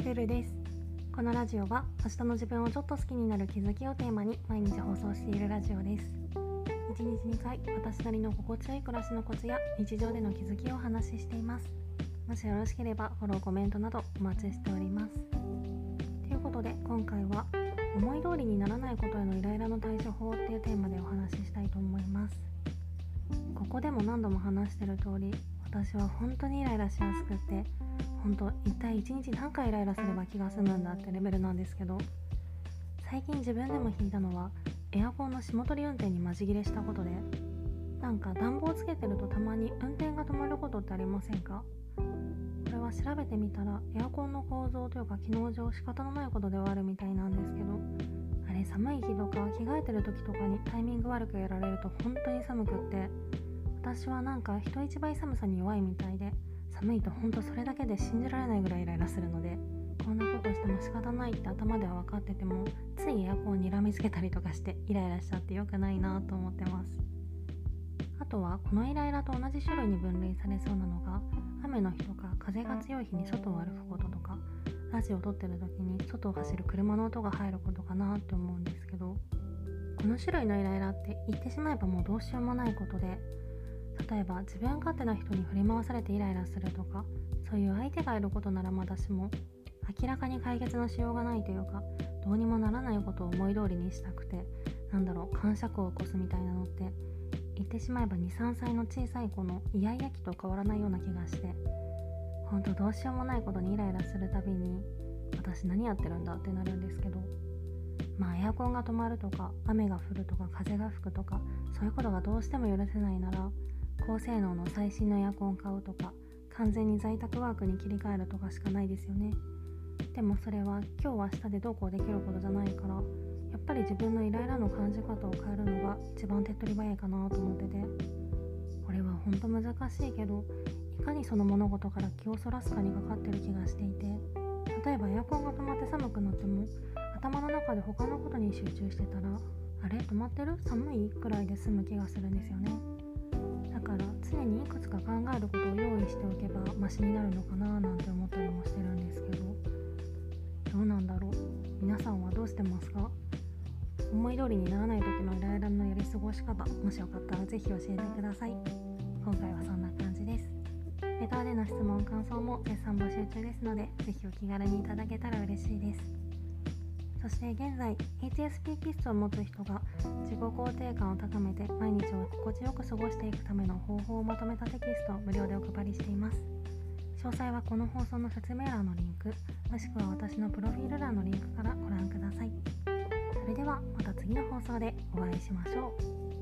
ルルです。このラジオは明日の自分をちょっと好きになる気づきをテーマに毎日放送しているラジオです。1日2回私なりの心地よい暮らしのコツや日常での気づきをお話ししています。もしよろしければフォロー、コメントなどお待ちしております。ということで今回は思い通りにならないことへのイライラの対処法っていうテーマでお話ししたいと思います。ここでも何度も話している通り、私は本当にイライラしやすくって一体1日何回イライラすれば気が済むんだってレベルなんですけど、最近自分でも引いたのはエアコンの霜取り運転にマジギレしたことで、暖房つけてるとたまに運転が止まることってありませんか？これは調べてみたらエアコンの構造というか機能上仕方のないことではあるみたいなんですけど、あれ寒い日とか着替えてる時とかにタイミング悪くやられると本当に寒くって、私は人一倍寒さに弱いみたいで、寒いとそれだけで信じられないぐらいイライラするので、こんなことしても仕方ないって頭では分かっててもついエアコンにらみつけたりとかしてイライラしちゃって良くないなと思ってます。あとはこのイライラと同じ種類に分類されそうなのが、雨の日とか風が強い日に外を歩くこととか、ラジオを撮ってる時に外を走る車の音が入ることかなって思うんですけど、この種類のイライラって言ってしまえばもうどうしようもないことで、例えば自分勝手な人に振り回されてイライラするとか、そういう相手がいることならまだしも、明らかに解決のしようがないというか、どうにもならないことを思い通りにしたくて癇癪を起こすみたいなのって、言ってしまえば 2,3 歳の小さい子のイヤイヤ期と変わらないような気がして、どうしようもないことにイライラするたびに私何やってるんだってなるんですけど、エアコンが止まるとか雨が降るとか風が吹くとか、そういうことがどうしても許せないなら、高性能の最新のエアコンを買うとか、完全に在宅ワークに切り替えるとかしかないですよね。でもそれは今日明日でどうこうできることじゃないから、やっぱり自分のイライラの感じ方を変えるのが一番手っ取り早いかなと思ってて、これは難しいけど、いかにその物事から気をそらすかにかかってる気がしていて、例えばエアコンが止まって寒くなっても頭の中で他のことに集中してたら、あれ止まってる？寒い？くらいで済む気がするんですよね。だから常にいくつか考えることを用意しておけばマシになるのかななんて思ったりもしてるんですけど、どうなんだろう。皆さんはどうしてますか？思い通りにならない時のイライラのやり過ごし方、もしよかったらぜひ教えてください。今回はそんな感じです。レターでの質問感想も絶賛募集中ですので、ぜひお気軽にいただけたら嬉しいです。そして現在 HSP 気質を持つ人が自己肯定感を高めて毎日を心地よく過ごしていくための方法をまとめたテキストを無料でお配りしています。詳細はこの放送の説明欄のリンク、もしくは私のプロフィール欄のリンクからご覧ください。それではまた次の放送でお会いしましょう。